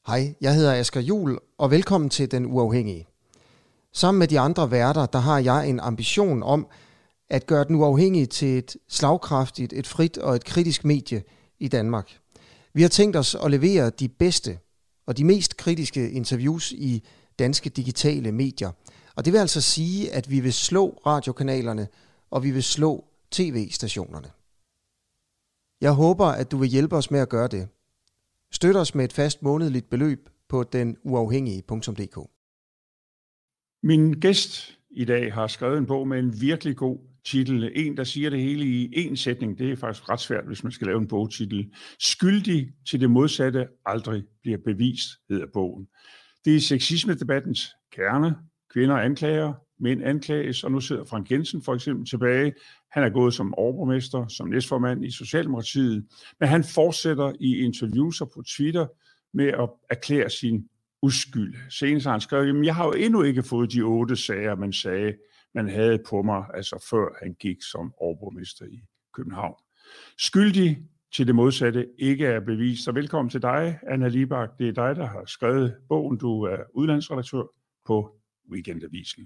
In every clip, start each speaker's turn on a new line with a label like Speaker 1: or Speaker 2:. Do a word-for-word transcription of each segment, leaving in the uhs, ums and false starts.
Speaker 1: Hej, jeg hedder Asger Juhl, og velkommen til Den Uafhængige. Sammen med de andre værter, der har jeg en ambition om at gøre Den Uafhængige til et slagkraftigt, et frit og et kritisk medie i Danmark. Vi har tænkt os at levere de bedste og de mest kritiske interviews i danske digitale medier. Og det vil altså sige, at vi vil slå radiokanalerne, og vi vil slå tv-stationerne. Jeg håber, at du vil hjælpe os med at gøre det. Støt os med et fast månedligt beløb på den uafhængige punktum d k.
Speaker 2: Min gæst i dag har skrevet en bog med en virkelig god titel. En, der siger det hele i én sætning. Det er faktisk ret svært, hvis man skal lave en bogtitel. Skyldig til det modsatte aldrig bliver bevist, hedder bogen. Det er sexisme-debattens kerne. Kvinder anklager, mænd anklages, og nu sidder Frank Jensen for eksempel tilbage. Han er gået som overborgmester, som næstformand i Socialdemokratiet, men han fortsætter i interviews på Twitter med at erklære sin uskyld. Senest har han skrevet, jeg har jo endnu ikke fået de otte sager, man sagde, man havde på mig, altså før han gik som overborgmester i København. Skyldig til det modsatte ikke er bevist. Så velkommen til dig, Anna Libak. Det er dig, der har skrevet bogen. Du er udlandsredaktør på Weekendavisen.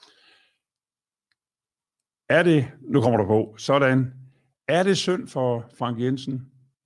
Speaker 2: Er det, nu kommer du på, sådan, er det synd for Frank Jensen?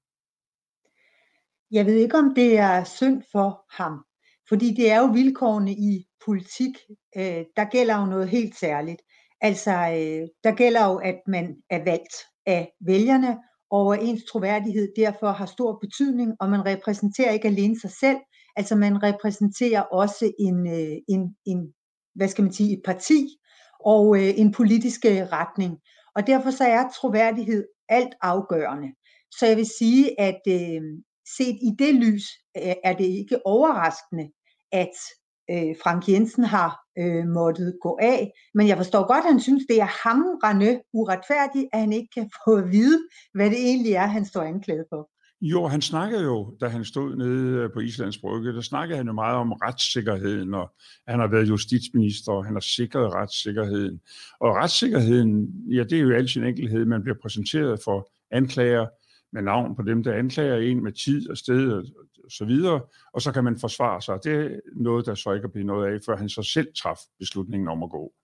Speaker 3: Jeg ved ikke, om det er synd for ham, fordi det er jo vilkårene i politik. Øh, der gælder jo noget helt særligt. Altså, øh, der gælder jo, at man er valgt af vælgerne, og ens troværdighed derfor har stor betydning, og man repræsenterer ikke alene sig selv, altså man repræsenterer også en, øh, en, en hvad skal man sige, et parti og øh, en politisk retning. Og derfor så er troværdighed alt afgørende. Så jeg vil sige, at øh, set i det lys, øh, er det ikke overraskende, at øh, Frank Jensen har øh, måttet gå af. Men jeg forstår godt, at han synes, det er hamrende uretfærdigt, at han ikke kan få at vide, hvad det egentlig er, han står anklaget for.
Speaker 2: Jo, han snakkede jo, da han stod nede på Islands Brygge, der snakkede han jo meget om retssikkerheden, og han har været justitsminister, og han har sikret retssikkerheden. Og retssikkerheden, ja, det er jo i al sin enkelhed, man bliver præsenteret for anklager med navn på dem, der anklager en, med tid og sted og så videre, og så kan man forsvare sig. Det er noget, der så ikke er blevet noget af, før han så selv traf beslutningen om at gå.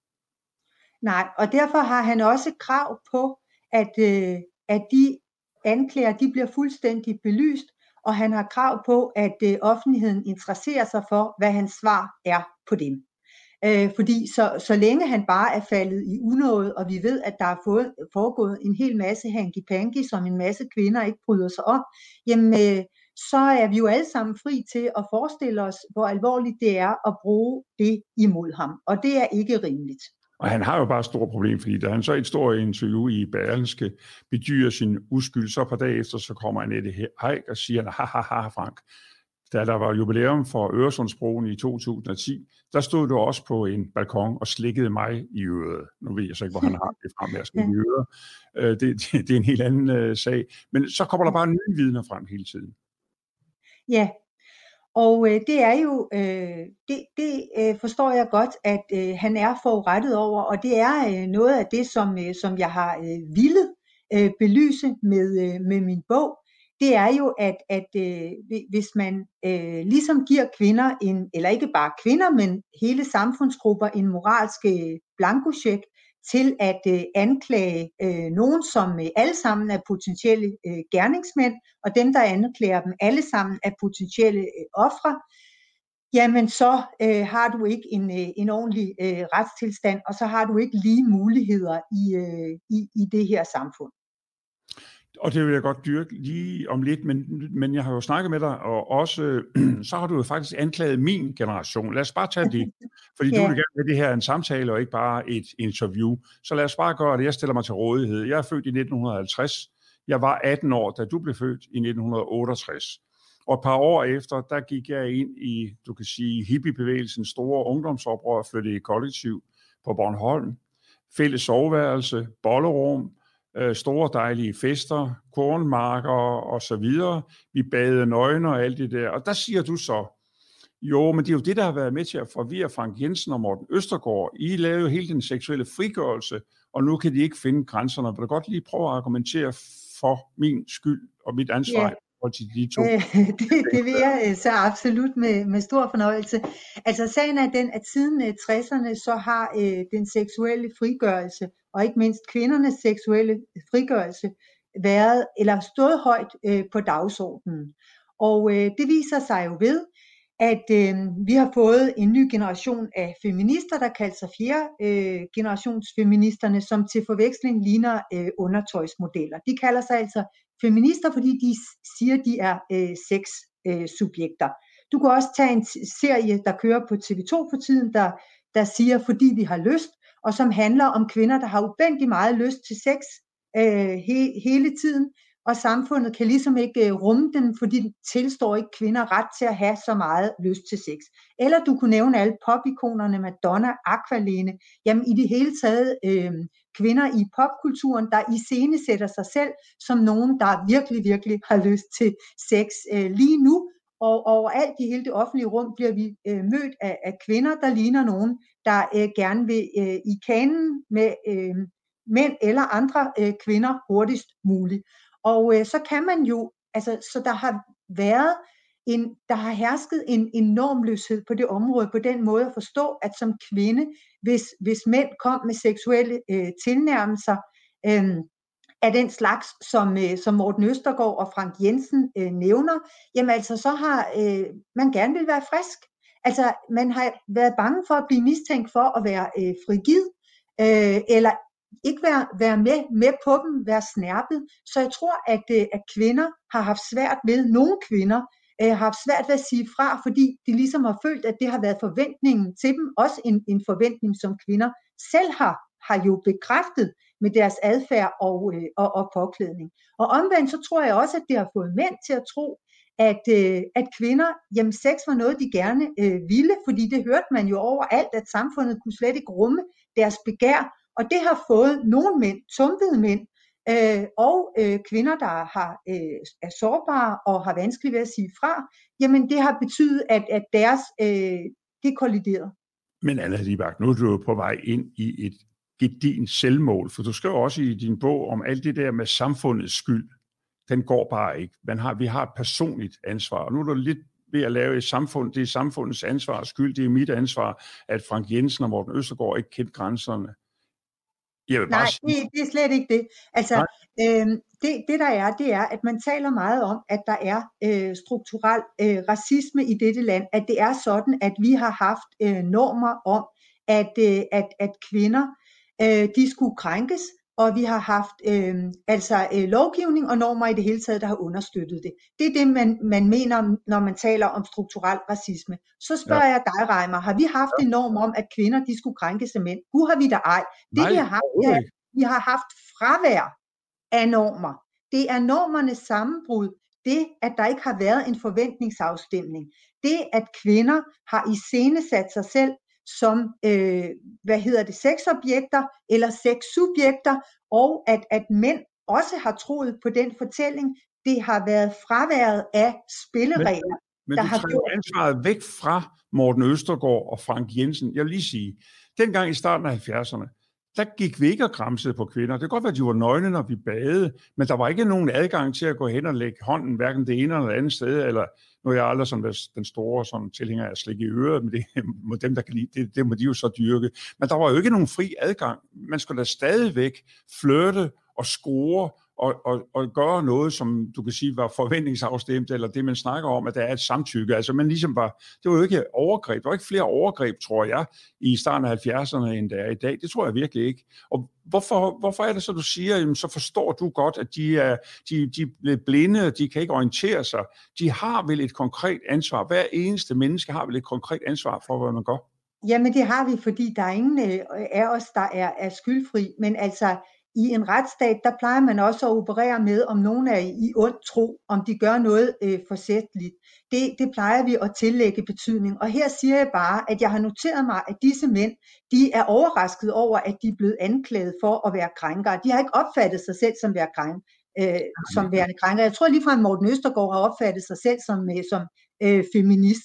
Speaker 3: Nej, og derfor har han også krav på, at, øh, at de anklager, de bliver fuldstændig belyst, og han har krav på, at øh, offentligheden interesserer sig for, hvad hans svar er på dem. Øh, fordi så, så længe han bare er faldet i unåde, og vi ved, at der er fået, foregået en hel masse hanky-panky, som en masse kvinder ikke bryder sig om, jamen øh, så er vi jo alle sammen fri til at forestille os, hvor alvorligt det er at bruge det imod ham. Og det er ikke rimeligt.
Speaker 2: Og han har jo bare et stort problem, fordi da han så i et stort interview i Berlingske bedyrer sin uskyld, så et par dage efter, så kommer Annette Heick og siger, hahaha Frank, da der var jubilæum for Øresundsbroen i to tusind og ti, der stod du også på en balkon og slikkede mig i øret. Nu ved jeg så ikke, hvor han har det frem med at slikke i øret. Det, det, det er en helt anden uh, sag. Men så kommer der bare nye vidner frem hele tiden.
Speaker 3: Ja, og øh, det er jo, øh, det, det øh, forstår jeg godt, at øh, han er forurettet over, og det er øh, noget af det, som, øh, som jeg har øh, villet øh, belyse med, øh, med min bog. Det er jo, at, at øh, hvis man øh, ligesom giver kvinder, en, eller ikke bare kvinder, men hele samfundsgrupper en moralsk øh, blankocheck til at øh, anklage øh, nogen, som øh, alle sammen er potentielle øh, gerningsmænd, og dem, der anklager dem alle sammen er potentielle øh, ofre, jamen så øh, har du ikke en, øh, en ordentlig øh, retstilstand, og så har du ikke lige muligheder i, øh, i, i det her samfund.
Speaker 2: Og det vil jeg godt dyrke lige om lidt, men, men jeg har jo snakket med dig, og også, så har du jo faktisk anklaget min generation. Lad os bare tage det, fordi ja. Du vil gerne have det her en samtale, og ikke bare et interview. Så lad os bare gøre det. Jeg stiller mig til rådighed. Jeg er født i nitten halvtreds. Jeg var atten år, da du blev født i nitten otteogtres. Og et par år efter, der gik jeg ind i, du kan sige, hippiebevægelsens store ungdomsoprør, flyttede i kollektiv på Bornholm. Fælles soveværelse, bollerum, store dejlige fester, kornmarker og så videre. Vi badede nøgne og alt det der. Og der siger du så, jo, men det er jo det, der har været med til at forvirre Frank Jensen og Morten Østergaard. I lavede jo hele den seksuelle frigørelse, og nu kan de ikke finde grænserne. Vil du godt lige prøve at argumentere for min skyld og mit ansvar?
Speaker 3: Yeah.
Speaker 2: forhold til de to?
Speaker 3: Øh, det, det vil jeg øh, så absolut med, med stor fornøjelse. Altså sagen er den, at siden øh, tresserne, så har øh, den seksuelle frigørelse, og ikke mindst kvindernes seksuelle frigørelse, været eller stået højt øh, på dagsordenen. Og øh, det viser sig jo ved, at øh, vi har fået en ny generation af feminister, der kalder sig fjerde øh, generationsfeministerne, som til forveksling ligner øh, undertøjsmodeller. De kalder sig altså feminister, fordi de siger, de er øh, sexsubjekter. Øh, du kan også tage en serie, der kører på T V to for tiden, der, der siger, fordi vi har lyst, og som handler om kvinder, der har ubendig meget lyst til sex øh, he, hele tiden, og samfundet kan ligesom ikke øh, rumme den, fordi det tilstår ikke kvinder ret til at have så meget lyst til sex. Eller du kunne nævne alle popikonerne, Madonna, Aqualene, jamen i det hele taget øh, kvinder i popkulturen, der iscenesætter sig selv som nogen, der virkelig, virkelig har lyst til sex øh, lige nu. Og overalt i hele det offentlige rum bliver vi øh, mødt af, af kvinder, der ligner nogen, der øh, gerne vil øh, i kanen med øh, mænd eller andre øh, kvinder hurtigst muligt. Og øh, så kan man jo, altså, så der har været en, der har hersket en, en normløshed på det område, på den måde at forstå, at som kvinde, hvis, hvis mænd kom med seksuelle øh, tilnærmelser, øh, af den slags, som, øh, som Morten Østergaard og Frank Jensen øh, nævner, jamen altså, så har øh, man gerne vil være frisk. Altså, man har været bange for at blive mistænkt for at være øh, frigid, øh, eller ikke være, være med, med på dem, være snærpet. Så jeg tror, at, øh, at kvinder har haft svært ved, nogle kvinder øh, har haft svært ved at sige fra, fordi de ligesom har følt, at det har været forventningen til dem, også en, en forventning, som kvinder selv har, har jo bekræftet med deres adfærd og, øh, og, og påklædning. Og omvendt så tror jeg også, at det har fået mænd til at tro, at, øh, at kvinder, jamen sex var noget, de gerne øh, ville, fordi det hørte man jo overalt, at samfundet kunne slet ikke rumme deres begær. Og det har fået nogle mænd, tumpede mænd, øh, og øh, kvinder, der har, øh, er sårbare og har vanskeligt ved at sige fra, jamen det har betydet, at, at deres, øh, det kolliderede.
Speaker 2: Men Anna Libak, nu er du på vej ind i et gedint selvmål, for du skriver også i din bog om alt det der med samfundets skyld. Den går bare ikke. Man har, vi har et personligt ansvar, og nu er du lidt ved at lave et samfund, det er samfundets ansvar og skyld, det er mit ansvar, at Frank Jensen og Morten Østergaard ikke kendte grænserne.
Speaker 3: Nej, det, det er slet ikke det. Altså, øh, det, det der er, det er, at man taler meget om, at der er øh, strukturel øh, racisme i dette land, at det er sådan, at vi har haft øh, normer om, at, øh, at, at kvinder, øh, de skulle krænkes, og vi har haft øh, altså øh, lovgivning og normer i det hele taget, der har understøttet det. Det er det, man, man mener, når man taler om strukturel racisme. Så spørger ja. jeg dig, Reimer, har vi haft ja. en norm om, at kvinder de skulle krænkes af mænd? Gud har vi da ej. Det
Speaker 2: Nej,
Speaker 3: vi har haft, er, at vi har haft fravær af normer. Det er normernes sammenbrud. Det, at der ikke har været en forventningsafstemning. Det, at kvinder har iscenesat sig selv som, øh, hvad hedder det, sexobjekter eller sexsubjekter, og at, at mænd også har troet på den fortælling, det har været fraværet af spilleregler.
Speaker 2: Men, men der du har trækker gjort ansvaret væk fra Morten Østergaard og Frank Jensen. Jeg vil lige sige, dengang i starten af halvfjerdserne, der gik vi ikke og gramsede på kvinder. Det kan godt være, at de var nøgne, når vi badede, men der var ikke nogen adgang til at gå hen og lægge hånden, hverken det ene eller det andet sted, eller nu er jeg aldrig som den store sådan, tilhænger af slik i øret, men det må dem, der kan lide, det, det må de jo så dyrke. Men der var jo ikke nogen fri adgang. Man skulle da stadigvæk flirte og score og, og, og gøre noget, som du kan sige var forventningsafstemt, eller det, man snakker om, at der er et samtykke. Altså man ligesom var, det var jo ikke overgreb. Der var ikke flere overgreb, tror jeg, i starten af halvfjerdserne, end der er i dag. Det tror jeg virkelig ikke. Og hvorfor, hvorfor er det så, du siger, jamen, så forstår du godt, at de er, de, de er blinde, de kan ikke orientere sig. De har vel et konkret ansvar. Hver eneste menneske har vel et konkret ansvar for, hvad man gør.
Speaker 3: Jamen det har vi, fordi der er ingen af os, der er, er skyldfri. Men altså, i en retsstat, der plejer man også at operere med, om nogen er i ond tro, om de gør noget øh, forsætligt. Det, det plejer vi at tillægge betydning. Og her siger jeg bare, at jeg har noteret mig, at disse mænd, de er overrasket over, at de er blevet anklaget for at være krænkere. De har ikke opfattet sig selv som, være krænk, øh, som værende krænkere. Jeg tror ligefrem, at Morten Østergaard har opfattet sig selv som, øh, som øh, feminist.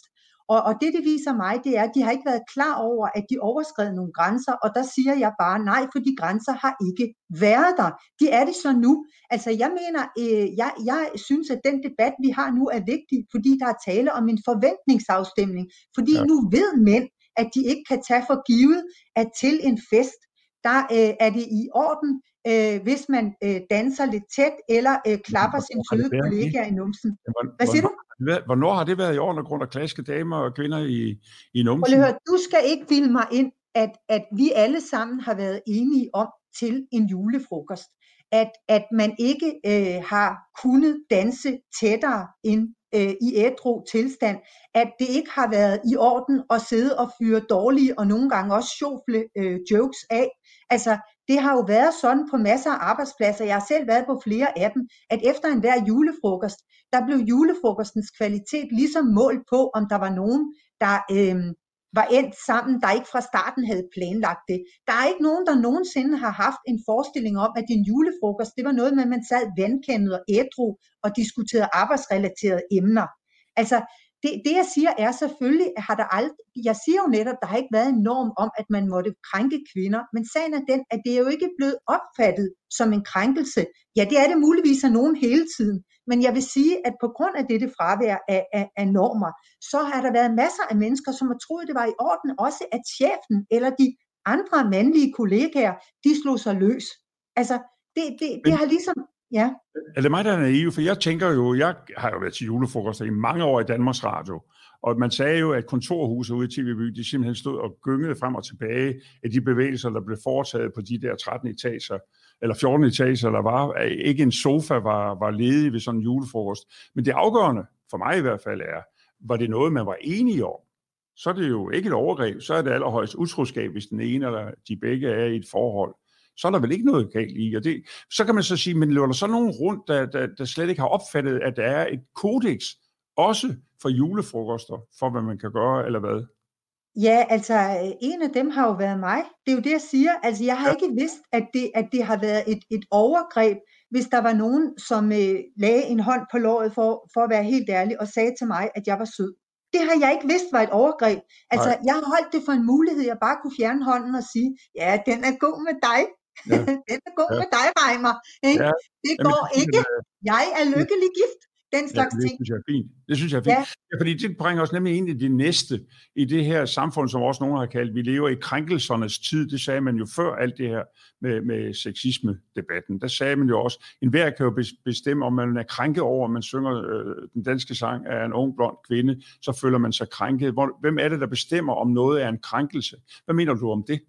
Speaker 3: Og, og det, det viser mig, det er, at de har ikke været klar over, at de overskred nogle grænser, og der siger jeg bare nej, for de grænser har ikke været der. De er det så nu. Altså jeg mener, øh, jeg, jeg synes, at den debat, vi har nu, er vigtig, fordi der er tale om en forventningsafstemning. Fordi ja. Nu ved mænd, at de ikke kan tage for givet, at til en fest, der øh, er det i orden, øh, hvis man øh, danser lidt tæt, eller øh, klapper sin søde kollega i numsen. Hvad siger du?
Speaker 2: Hvornår har det været i orden, grund af klassiske damer og kvinder i, i numsen?
Speaker 3: Hør, du skal ikke bilde mig ind, at, at vi alle sammen har været enige om til en julefrokost, at, at man ikke øh, har kunnet danse tættere end øh, i ædru tilstand, at det ikke har været i orden at sidde og fyre dårlige og nogle gange også sjofle øh, jokes af. Altså, det har jo været sådan på masser af arbejdspladser, jeg har selv været på flere af dem, at efter enhver julefrokost, der blev julefrokostens kvalitet ligesom målt på, om der var nogen, der øh, var endt sammen, der ikke fra starten havde planlagt det. Der er ikke nogen, der nogensinde har haft en forestilling om, at en julefrokost, det var noget med, at man sad vandkendet og ædru og diskuterede arbejdsrelaterede emner. Altså, det, det jeg siger er selvfølgelig, at har der aldrig, jeg siger jo netop, der har ikke været en norm om, at man måtte krænke kvinder, men sagen er den, at det er jo ikke blevet opfattet som en krænkelse. Ja, det er det muligvis af nogen hele tiden, men jeg vil sige, at på grund af dette fravær af, af, af normer, så har der været masser af mennesker, som har troet, det var i orden, også at chefen eller de andre mandlige kollegaer, de slog sig løs. Altså, det, det, det har ligesom... Ja.
Speaker 2: Er det mig, der er naiv? For jeg tænker jo, jeg har jo været til julefrokoster i mange år i Danmarks Radio, og man sagde jo, at kontorhuset ude i T V-by, de simpelthen stod og gyngede frem og tilbage af de bevægelser, der blev foretaget på de der tretten etager, eller fjorten etager, der var ikke en sofa var, var ledig ved sådan en julefrokost. Men det afgørende, for mig i hvert fald, er, var det noget, man var enige om, så er det jo ikke et overgreb, så er det allerhøjst utroskab, hvis den ene eller de begge er i et forhold. Så er der vel ikke noget galt i. Og det, så kan man så sige, men løber der så nogen rundt, der, der, der slet ikke har opfattet, at der er et kodex, også for julefrokoster, for hvad man kan gøre, eller hvad?
Speaker 3: Ja, altså en af dem har jo været mig. Det er jo det, jeg siger. Altså jeg har ja. ikke vidst, at det, at det har været et, et overgreb, hvis der var nogen, som øh, lagde en hånd på låret, for, for at være helt ærlig, og sagde til mig, at jeg var sød. Det har jeg ikke vidst var et overgreb. Altså Nej. Jeg har holdt det for en mulighed, jeg bare kunne fjerne hånden og sige, ja, den er god med dig. Ja. Den er god ja. med dig, Reimer. Ja. Det går Jamen, ikke. Jeg er lykkelig gift. Den slags
Speaker 2: ja, det
Speaker 3: ting.
Speaker 2: Synes jeg er fint. Det synes jeg er fint. Ja. Ja, fordi det bringer os nemlig ind i det næste, i det her samfund, som også nogen har kaldt, vi lever i krænkelsernes tid. Det sagde man jo før alt det her med, med sexisme-debatten. Der sagde man jo også, enhver kan jo bestemme, om man er krænket over, om man synger øh, den danske sang af en ung blond kvinde, så føler man sig krænket. Hvor, hvem er det, der bestemmer, om noget er en krænkelse? Hvad mener du om det?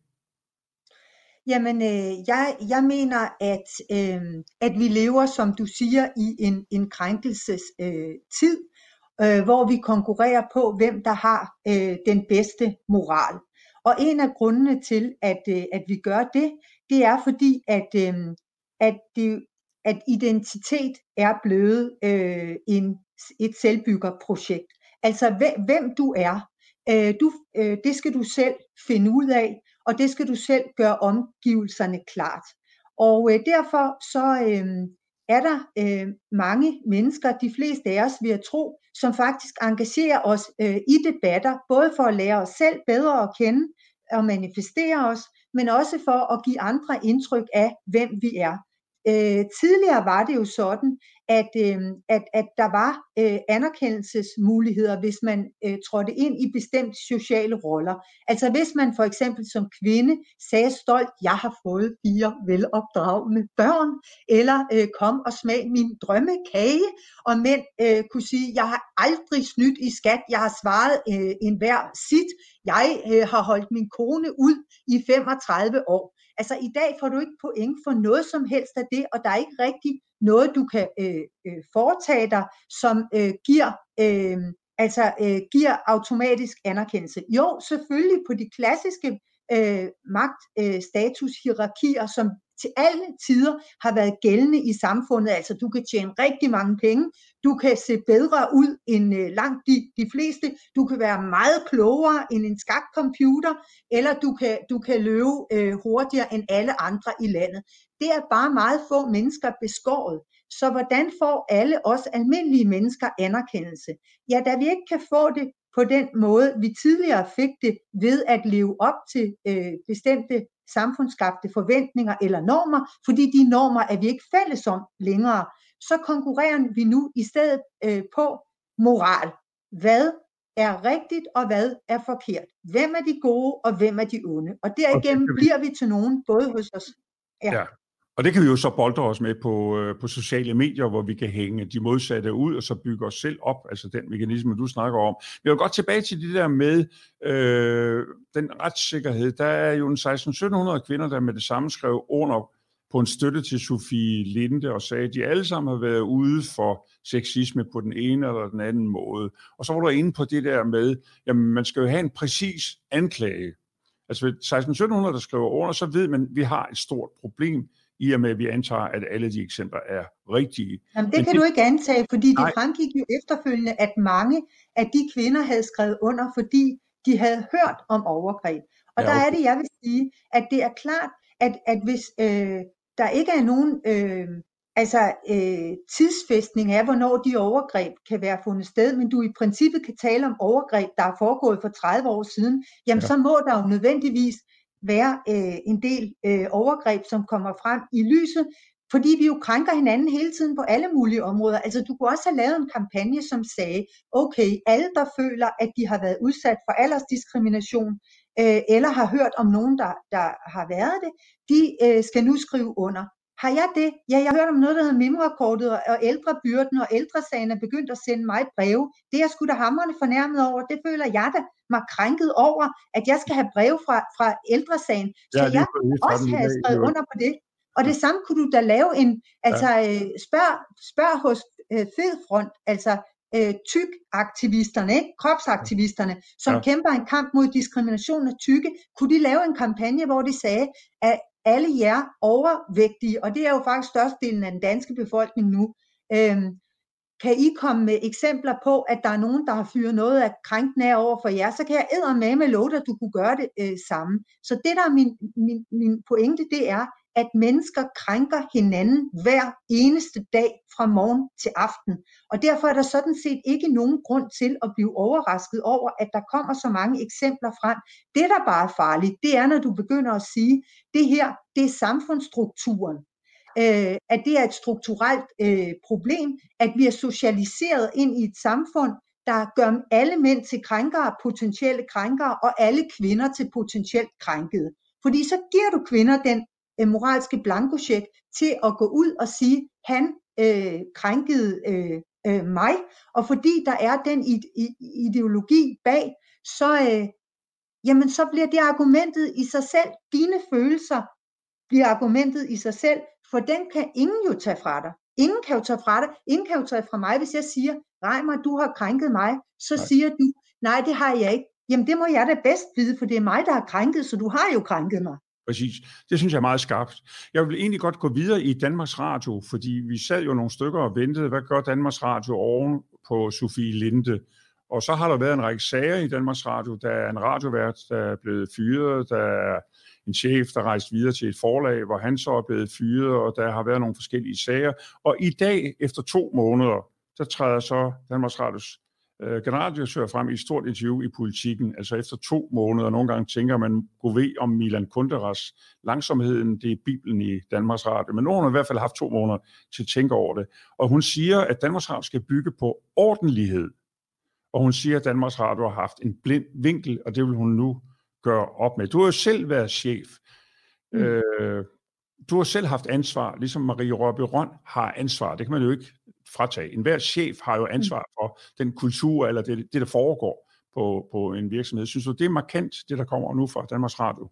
Speaker 3: Jamen, øh, jeg, jeg mener, at, øh, at vi lever, som du siger, i en, en krænkelses øh, tid, øh, hvor vi konkurrerer på, hvem der har øh, den bedste moral. Og en af grundene til, at, øh, at vi gør det, det er fordi, at, øh, at, det, at identitet er blevet øh, en, et selvbyggerprojekt. Altså, hvem, hvem du er, øh, du, øh, det skal du selv finde ud af, og det skal du selv gøre omgivelserne klart. Og øh, derfor så øh, er der øh, mange mennesker, de fleste af os vil jeg tro, som faktisk engagerer os øh, i debatter, både for at lære os selv bedre at kende og manifestere os, men også for at give andre indtryk af, hvem vi er. Øh, tidligere var det jo sådan, at, øh, at, at der var øh, anerkendelsesmuligheder, hvis man øh, trådte ind i bestemte sociale roller. Altså hvis man for eksempel som kvinde sagde stolt, jeg har fået fire velopdragende børn, eller øh, kom og smag min drømmekage, og mænd øh, kunne sige, jeg har aldrig snydt i skat, jeg har svaret øh, enhver sit, jeg øh, har holdt min kone ud i femogtredive år. Altså i dag får du ikke point for noget som helst af det, og der er ikke rigtig noget, du kan øh, øh, foretage dig, som øh, giver, øh, altså, øh, giver automatisk anerkendelse. Jo, selvfølgelig på de klassiske øh, magtstatushierarkier, øh, som til alle tider har været gældende i samfundet. Altså du kan tjene rigtig mange penge, du kan se bedre ud end øh, langt de, de fleste, du kan være meget klogere end en skakcomputer, eller du kan, du kan løbe øh, hurtigere end alle andre i landet. Det er bare meget få mennesker beskåret. Så hvordan får alle os almindelige mennesker anerkendelse? Ja, da vi ikke kan få det på den måde, vi tidligere fik det ved at leve op til øh, bestemte samfundsskabte forventninger eller normer, fordi de normer er vi ikke fælles om længere. Så konkurrerer vi nu i stedet øh, på moral. Hvad er rigtigt, og hvad er forkert? Hvem er de gode, og hvem er de onde? Og derigennem bliver vi til nogen, både hos os.
Speaker 2: Ja. ja. Og det kan vi jo så boldre os med på, øh, på sociale medier, hvor vi kan hænge de modsatte ud, og så bygge os selv op, altså den mekanisme, du snakker om. Men jeg vil godt tilbage til det der med øh, den retssikkerhed. Der er jo en seksten til sytten hundrede kvinder, der med det samme skrev under på en støtte til Sofie Linde, og sagde, at de alle sammen har været ude for sexisme på den ene eller den anden måde. Og så var du inde på det der med, jamen man skal jo have en præcis anklage. Altså seksten til sytten hundrede, der skriver under, så ved man, at vi har et stort problem, i og med, at vi antager, at alle de eksempler er rigtige.
Speaker 3: Jamen, det Men kan det... du ikke antage, fordi Nej. det fremgik jo efterfølgende, at mange af de kvinder havde skrevet under, fordi de havde hørt om overgreb. Og ja, okay. der er det, jeg vil sige, at det er klart, at, at hvis øh, der ikke er nogen øh, altså, øh, tidsfæstning af, hvornår de overgreb kan være fundet sted, men du i princippet kan tale om overgreb, der er foregået for tredive år siden, jamen ja. så må der jo nødvendigvis være øh, en del øh, overgreb, som kommer frem i lyset, fordi vi jo krænker hinanden hele tiden på alle mulige områder. Altså du kunne også have lavet en kampagne, som sagde, okay, alle der føler, at de har været udsat for aldersdiskrimination, øh, eller har hørt om nogen, der, der har været det, de øh, skal nu skrive under. Har jeg det? Ja, jeg har hørt om noget, der hedder Mimrekortet og ældrebyrden, og ældresagen er begyndt at sende mig breve. Det er jeg sgu da hamrende fornærmet over. Det føler jeg da mig krænket over, at jeg skal have breve fra, fra ældresagen. Så ja, jeg også have skrevet under på det. Og det samme kunne du da lave en, altså ja. spørg, spørg hos øh, Fedfront, altså øh, tyk-aktivisterne, ikke? Kropsaktivisterne, som ja. kæmper en kamp mod diskrimination af tykke. Kunne de lave en kampagne, hvor de sagde, at alle jer overvægtige, og det er jo faktisk størstedelen af den danske befolkning nu, øhm, kan I komme med eksempler på, at der er nogen, der har fyret noget af krænkende af over for jer, så kan jeg eddermame love dig, at du kunne gøre det øh, samme. Så det, der er min, min, min pointe, det er, at mennesker krænker hinanden hver eneste dag fra morgen til aften. Og derfor er der sådan set ikke nogen grund til at blive overrasket over, at der kommer så mange eksempler frem. Det, der bare er farligt, det er, når du begynder at sige, det her, det er samfundsstrukturen. Øh, at det er et strukturelt øh, problem, at vi er socialiseret ind i et samfund, der gør alle mænd til krænkere, potentielle krænkere, og alle kvinder til potentielt krænkede. Fordi så giver du kvinder den øh, moralske blankocheck til at gå ud og sige, han øh, krænkede øh, øh, mig, og fordi der er den ideologi bag, så, øh, jamen, så bliver det argumentet i sig selv, dine følelser bliver argumentet i sig selv, for den kan ingen jo tage fra dig. Ingen kan jo tage fra dig. Ingen kan jo tage fra mig, hvis jeg siger, Reimer, du har krænket mig. Så nej. siger du, nej, det har jeg ikke. Jamen det må jeg da bedst vide, for det er mig, der har krænket, så du har jo krænket mig.
Speaker 2: Præcis. Det synes jeg er meget skarpt. Jeg vil egentlig godt gå videre i Danmarks Radio, fordi vi sad jo nogle stykker og ventede, hvad gør Danmarks Radio oven på Sofie Linde? Og så har der været en række sager i Danmarks Radio. Der er en radiovært, der er blevet fyret, der er en chef, der rejste videre til et forlag, hvor han så er blevet fyret, og der har været nogle forskellige sager. Og i dag, efter to måneder, så træder så Danmarks Radios øh, generaldirektør frem i et stort interview i Politikken. Altså efter to måneder, nogle gange tænker man, gå ved om Milan Kunderas langsomheden, det er Bibelen i Danmarks Radio. Men nu har hun i hvert fald haft to måneder til at tænke over det. Og hun siger, at Danmarks Radio skal bygge på ordentlighed. Og hun siger, at Danmarks Radio har haft en blind vinkel, og det vil hun nu gøre op med. Du har jo selv været chef. Mm. Øh, du har selv haft ansvar, ligesom Marie Rørbye Rønn har ansvar. Det kan man jo ikke fratage. En hver chef har jo ansvar for den kultur, eller det, det der foregår på, på en virksomhed. Synes du, det er markant, det der kommer nu fra Danmarks Radio?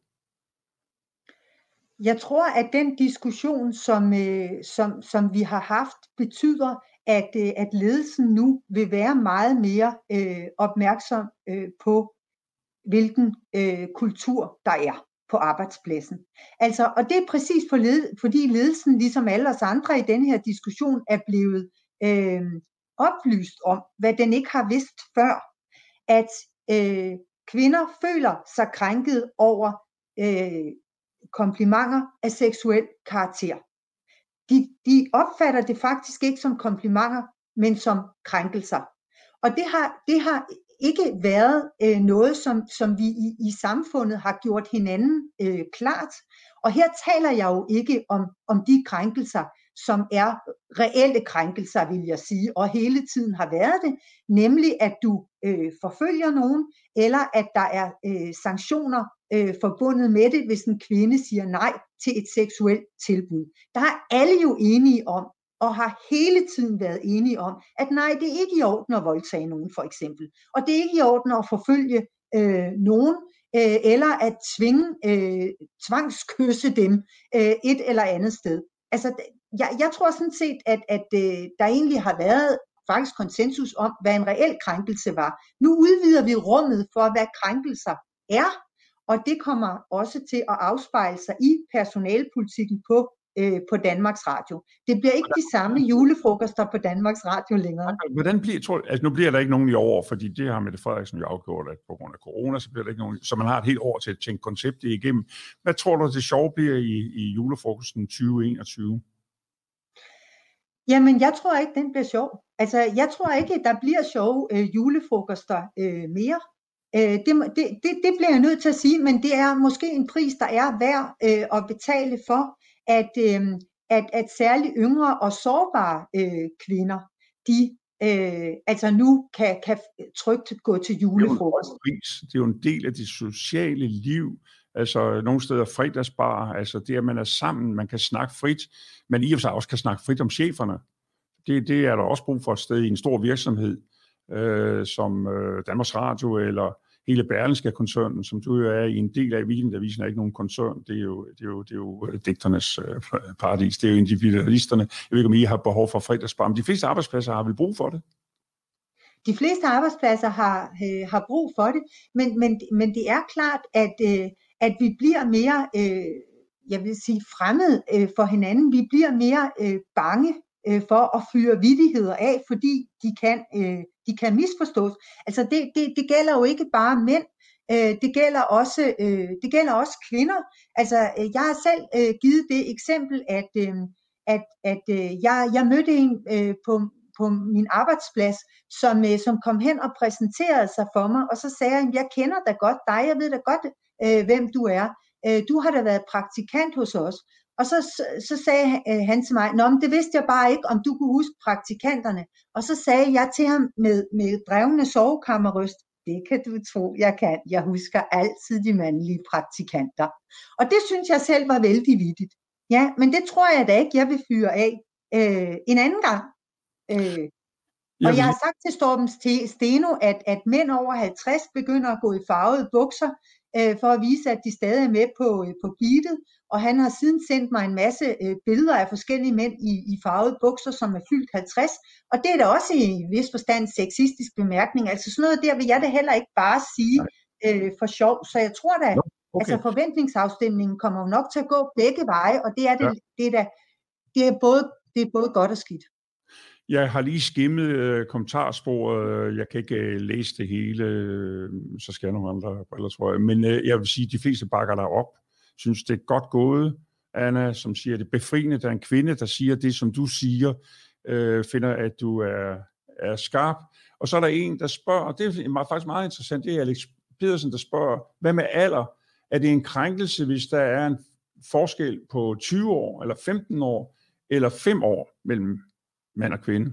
Speaker 3: Jeg tror, at den diskussion, som, øh, som, som vi har haft, betyder, at, øh, at ledelsen nu vil være meget mere øh, opmærksom øh, på, hvilken øh, kultur der er på arbejdspladsen. Altså, og det er præcis for led, fordi ledelsen, ligesom alle os andre i denne her diskussion, er blevet øh, oplyst om, hvad den ikke har vidst før, at øh, kvinder føler sig krænket over øh, komplimenter af seksuel karakter. De, de opfatter det faktisk ikke som komplimenter, men som krænkelser. Og det har, det har ikke været øh, noget, som, som vi i, i samfundet har gjort hinanden øh, klart. Og her taler jeg jo ikke om, om de krænkelser, som er reelle krænkelser, vil jeg sige, og hele tiden har været det, nemlig at du øh, forfølger nogen, eller at der er øh, sanktioner øh, forbundet med det, hvis en kvinde siger nej til et seksuelt tilbud. Der er alle jo enige om, og har hele tiden været enige om, at nej, det er ikke i orden at voldtage nogen, for eksempel. Og det er ikke i orden at forfølge øh, nogen, øh, eller at tvinge, øh, tvangskysse dem øh, et eller andet sted. Altså, jeg, jeg tror sådan set, at, at øh, der egentlig har været faktisk konsensus om, hvad en reel krænkelse var. Nu udvider vi rummet for, hvad krænkelser er, og det kommer også til at afspejle sig i personalepolitikken på øh, på Danmarks Radio. Det bliver ikke de samme julefrokoster på Danmarks Radio længere.
Speaker 2: Hvordan bliver, tror, altså nu bliver der ikke nogen i år, fordi det har Mette Frederiksen jo afgjort, at på grund af corona, så bliver der ikke nogen, så man har et helt år til at tænke konceptet igennem. Hvad tror du, det sjove bliver i, i julefrokosten tyve enogtyve?
Speaker 3: Jamen, jeg tror ikke, den bliver sjov. Altså, jeg tror ikke, der bliver sjove øh, julefrokoster øh, mere. Øh, det, det, det, det bliver jeg nødt til at sige, men det er måske en pris, der er værd øh, at betale for, at, øh, at, at særligt yngre og sårbare øh, kvinder, de øh, altså nu kan, kan trygt gå til julefrokost.
Speaker 2: Det er jo en del af det sociale liv, altså nogle steder fredagsbar, altså det, at man er sammen, man kan snakke frit, men i og for sig også kan snakke frit om cheferne. Det, det er der også brug for et sted i en stor virksomhed, øh, som øh, Danmarks Radio eller hele Berlingske-koncernen, som du jo er i en del af. Weekendavisen er ikke nogen koncern, det er jo, det er jo, det er jo digternes øh, paradis, det er jo individualisterne. Jeg ved ikke, om I har behov for fredagsbar, men de fleste arbejdspladser har vel brug for det?
Speaker 3: De fleste arbejdspladser har, øh, har brug for det, men, men, men det er klart, at, øh, at vi bliver mere, øh, jeg vil sige, fremmed øh, for hinanden. Vi bliver mere øh, bange øh, for at fyre vittigheder af, fordi de kan, øh, de kan misforstås. Altså det, det, det gælder jo ikke bare mænd, øh, det gælder også, øh, det gælder også kvinder. Altså øh, jeg har selv øh, givet det eksempel, at, øh, at, at øh, jeg, jeg mødte en øh, på på min arbejdsplads, som, øh, som kom hen og præsenterede sig for mig, og så sagde han, jeg kender da godt dig, jeg ved da godt, øh, hvem du er. Øh, du har da været praktikant hos os. Og så, så, så sagde øh, han til mig, nå, men det vidste jeg bare ikke, om du kunne huske praktikanterne. Og så sagde jeg til ham med, med drevne sovekammerryst, det kan du tro, jeg kan. Jeg husker altid de mandlige praktikanter. Og det synes jeg selv var vældig vittigt. Ja, men det tror jeg da ikke, jeg vil fyre af øh, en anden gang. Øh, og jeg har sagt til Storben Steno, at, at mænd over halvtreds begynder at gå i farvede bukser, øh, for at vise, at de stadig er med på, øh, på beatet. Og han har siden sendt mig en masse øh, billeder af forskellige mænd i, i farvede bukser, som er fyldt halvtreds. Og det er da også i en vis forstand sexistisk bemærkning. Altså sådan noget der vil jeg da heller ikke bare sige øh, for sjov. Så jeg tror da, okay. altså forventningsafstemningen kommer jo nok til at gå begge veje, og det er, det, ja. det er, da, det er, både, det er både godt og skidt.
Speaker 2: Jeg har lige skimmet øh, kommentarsporet. Jeg kan ikke øh, læse det hele, øh, så skal jeg nogle andre briller, tror jeg. Men øh, jeg vil sige, at de fleste bakker der op. Synes, det er godt gået, Anna, som siger, det er befriende. Der er en kvinde, der siger det, som du siger, øh, finder, at du er, er skarp. Og så er der en, der spørger, og det er faktisk meget interessant, det er Alex Pedersen, der spørger, hvad med alder? Er det en krænkelse, hvis der er en forskel på tyve år, eller femten år, eller fem år mellem mand og kvinde?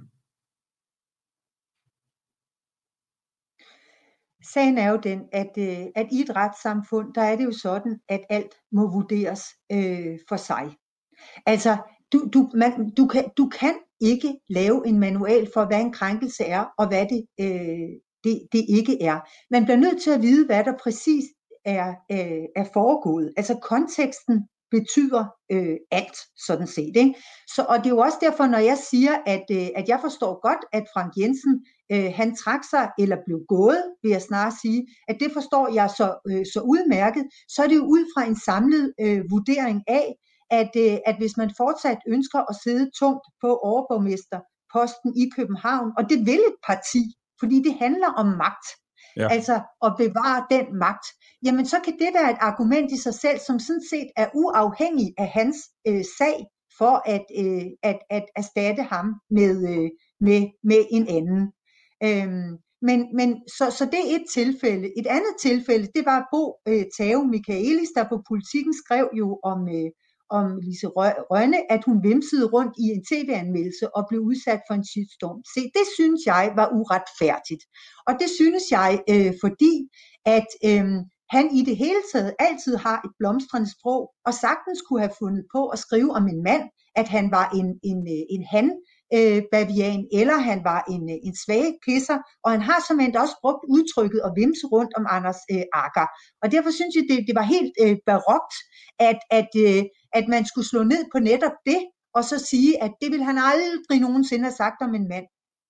Speaker 3: Sagen er jo den, at, øh, at i et retssamfund, der er det jo sådan, at alt må vurderes øh, for sig. Altså, du, du, man, du, kan, du kan ikke lave en manual for, hvad en krænkelse er, og hvad det, øh, det, det ikke er. Man bliver nødt til at vide, hvad der præcis er, øh, er foregået. Altså, konteksten betyder øh, alt, sådan set. Ikke? Så, og det er jo også derfor, når jeg siger, at, øh, at jeg forstår godt, at Frank Jensen, øh, han trak sig, eller blev gået, vil jeg snart sige, at det forstår jeg så, øh, så udmærket, så er det jo ud fra en samlet øh, vurdering af, at, øh, at hvis man fortsat ønsker at sidde tungt på overborgmesterposten i København, og det vil et parti, fordi det handler om magt, ja. Altså at bevare den magt, jamen så kan det være et argument i sig selv, som sådan set er uafhængig af hans øh, sag, for at, øh, at, at erstatte ham med, øh, med, med en anden. Øhm, men, men så, så det er et tilfælde. Et andet tilfælde, det var Bo øh, Tave Michaelis, der på Politikken skrev jo om, øh, om Lise Rønne, at hun vimsede rundt i en tv-anmeldelse og blev udsat for en shitstorm. Se, det synes jeg var uretfærdigt. Og det synes jeg, øh, fordi at øh, han i det hele taget altid har et blomstrende sprog, og sagtens kunne have fundet på at skrive om en mand, at han var en, en, en han, øh, bavian, eller han var en, en svage kisser, og han har simpelthen også brugt udtrykket og vimse rundt om Anders øh, Agger. Og derfor synes jeg, det, det var helt øh, barokt, at, at, øh, at man skulle slå ned på netop det, og så sige, at det ville han aldrig nogensinde have sagt om en mand.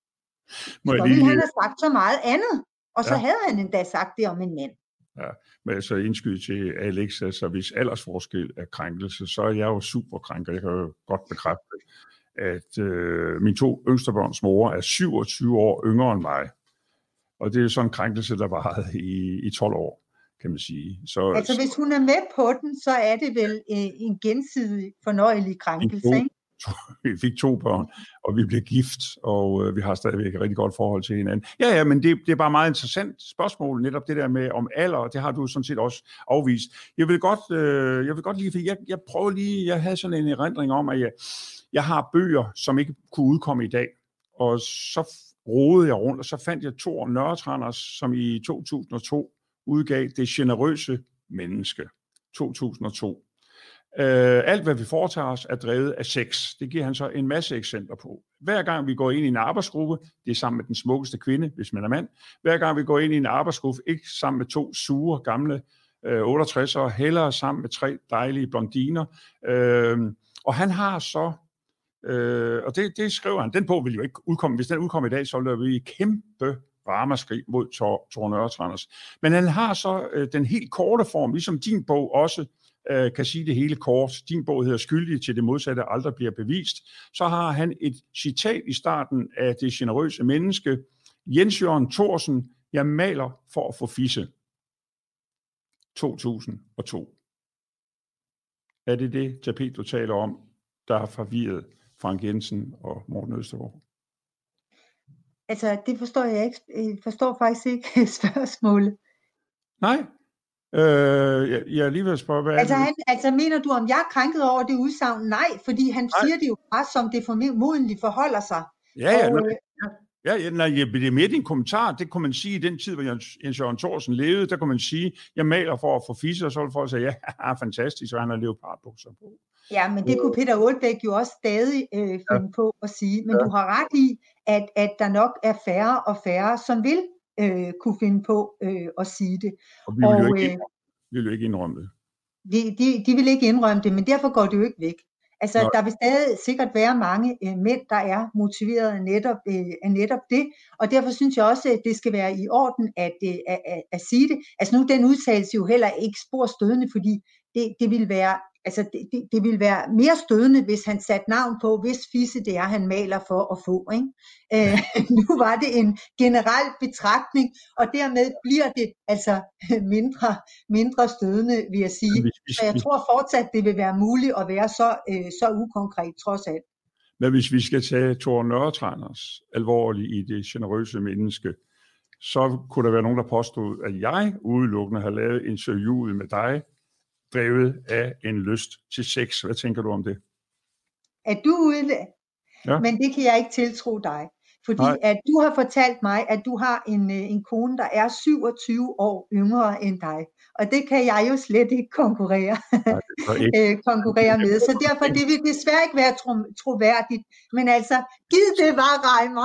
Speaker 3: Så lige... ville han have sagt så meget andet, og så ja. havde han endda sagt det om en mand.
Speaker 2: Ja, men altså indskyde til Alex, altså hvis aldersforskel er krænkelse, så er jeg jo super krænker. Jeg kan jo godt bekræfte, at øh, mine to yngste børns mor er syvogtyve år yngre end mig. Og det er jo sådan en krænkelse, der varede i, i tolv år, kan man sige. Så,
Speaker 3: altså hvis hun er med på den, så er det vel øh, en gensidig fornøjelig krænkelse,
Speaker 2: to,
Speaker 3: ikke?
Speaker 2: To, vi fik to børn, og vi blev gift, og øh, vi har stadigvæk et rigtig godt forhold til hinanden. Ja, ja, men det, det er bare meget interessant spørgsmål, netop det der med om alder, det har du sådan set også afvist. Jeg vil godt, øh, jeg vil godt lige, for jeg, jeg prøver lige, jeg havde sådan en erindring om, at jeg, jeg har bøger, som ikke kunne udkomme i dag, og så rodede jeg rundt, og så fandt jeg Tor Nørretranders, som i to tusind og to udgav Det generøse menneske. to tusind og to. Uh, alt, hvad vi foretager os, er drevet af sex. Det giver han så en masse eksempler på. Hver gang vi går ind i en arbejdsgruppe, det er sammen med den smukkeste kvinde, hvis man er mand. Hver gang vi går ind i en arbejdsgruppe, ikke sammen med to sure, gamle uh, otteogtredsere, hellere sammen med tre dejlige blondiner. Uh, og han har så, uh, og det, det skriver han, den bog vil jo ikke udkomme. Hvis den udkommer i dag, så løber vi i kæmpe ramaskrig mod Tor, Tor Nørretranders. Men han har så uh, den helt korte form, ligesom din bog også, kan sige det hele kort. Din bog hedder Skyldig til det modsatte aldrig bliver bevist. Så har han et citat i starten af Det generøse menneske. Jens Jørgen Thorsen, jeg maler for at få fisse. to tusind og to. Er det det tapet, du taler om, der har forvirret Frank Jensen og Morten Østergaard?
Speaker 3: Altså, det forstår jeg ikke. Jeg forstår faktisk ikke spørgsmålet.
Speaker 2: Nej. Øh, jeg, jeg er lige ved at spørge, hvad
Speaker 3: altså,
Speaker 2: er det?
Speaker 3: han, altså mener du, om jeg er krænket over det udsagn? Nej, fordi han nej. siger det jo bare, som det formodentlig forholder sig.
Speaker 2: Ja, ja,
Speaker 3: og,
Speaker 2: nej, ja, ja nej, det er mere din kommentar. Det kunne man sige i den tid, hvor Jens Jørgen Thorsen levede. Der kunne man sige, jeg maler for at få fisse, og så ville folk sige, ja, fantastisk, og han har leopardbukser på.
Speaker 3: Ja, men det kunne Peter Aalbæk jo også stadig øh, finde ja. på at sige. Men ja. du har ret i, at, at der nok er færre og færre, som vil Øh, kunne finde på øh, at sige det.
Speaker 2: Og vi vil jo ikke, øh, vil ikke indrømme det.
Speaker 3: De, de, de vil ikke indrømme det, men derfor går det jo ikke væk. Altså, Nå. der vil stadig sikkert være mange øh, mænd, der er motiveret af netop, øh, af netop det, og derfor synes jeg også, at det skal være i orden at, øh, at, at, at sige det. Altså nu den udtalelse jo heller ikke spor stødende, fordi det, det vil være Altså, det, det, det ville være mere stødende, hvis han satte navn på, hvis fisse det er, han maler for at få. Ikke? Øh, nu var det en generel betragtning, og dermed bliver det altså mindre, mindre stødende, vil jeg sige. Så jeg tror fortsat, det vil være muligt at være så, øh, så ukonkret, trods alt.
Speaker 2: Men hvis vi skal tage Tor Nørretranders alvorligt i Det generøse menneske, så kunne der være nogen, der påstod, at jeg udelukkende har lavet interviewet med dig, drevet af en lyst til sex. Hvad tænker du om det?
Speaker 3: At du ude, ja. Men det kan jeg ikke tiltro dig. Fordi Nej. at du har fortalt mig, at du har en, en kone, der er syvogtyve år yngre end dig. Og det kan jeg jo slet ikke konkurrere, Nej, ikke. konkurrere med. Så derfor det vil desværre ikke være tro, troværdigt. Men altså, giv det bare, Reimer.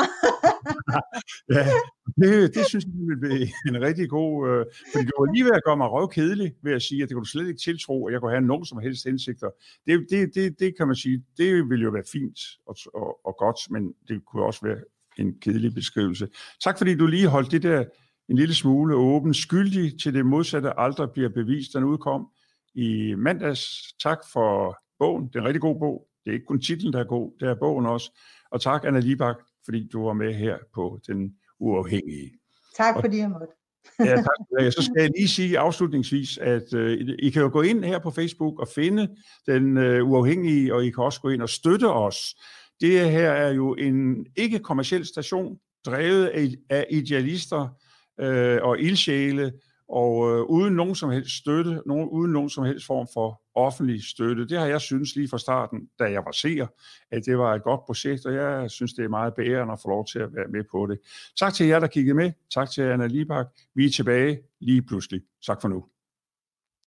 Speaker 2: Ja, det, det synes jeg vil blive en rigtig god... Øh, fordi du var lige ved at gøre mig røvkedelig ved at sige, at det kunne du slet ikke tiltro, at jeg kunne have nogen som helst hensigter. Det, det, det, det kan man sige, det ville jo være fint og, og, og godt, men det kunne også være en kedelig beskrivelse. Tak fordi du lige holdt det der en lille smule åben. Skyldig til det modsatte aldrig bliver bevist. Den udkom i mandags. Tak for bogen. Det er en rigtig god bog. Det er ikke kun titlen, der er god, det er bogen også. Og tak, Anna Libak, fordi du var med her på Den Uafhængige.
Speaker 3: Tak fordi jeg måtte.
Speaker 2: Ja, tak. Så skal jeg lige sige afslutningsvis, at uh, I kan jo gå ind her på Facebook og finde Den uh, Uafhængige, og I kan også gå ind og støtte os. Det her er jo en ikke-kommerciel station, drevet af, af idealister øh, og ildsjæle, og øh, uden nogen som helst støtte, nogen, uden nogen som helst form for offentlig støtte. Det har jeg synes lige fra starten, da jeg var seer, at det var et godt projekt, og jeg synes, det er meget bedre at få lov til at være med på det. Tak til jer, der kiggede med. Tak til Anna Libak. Vi er tilbage lige pludselig. Tak for nu.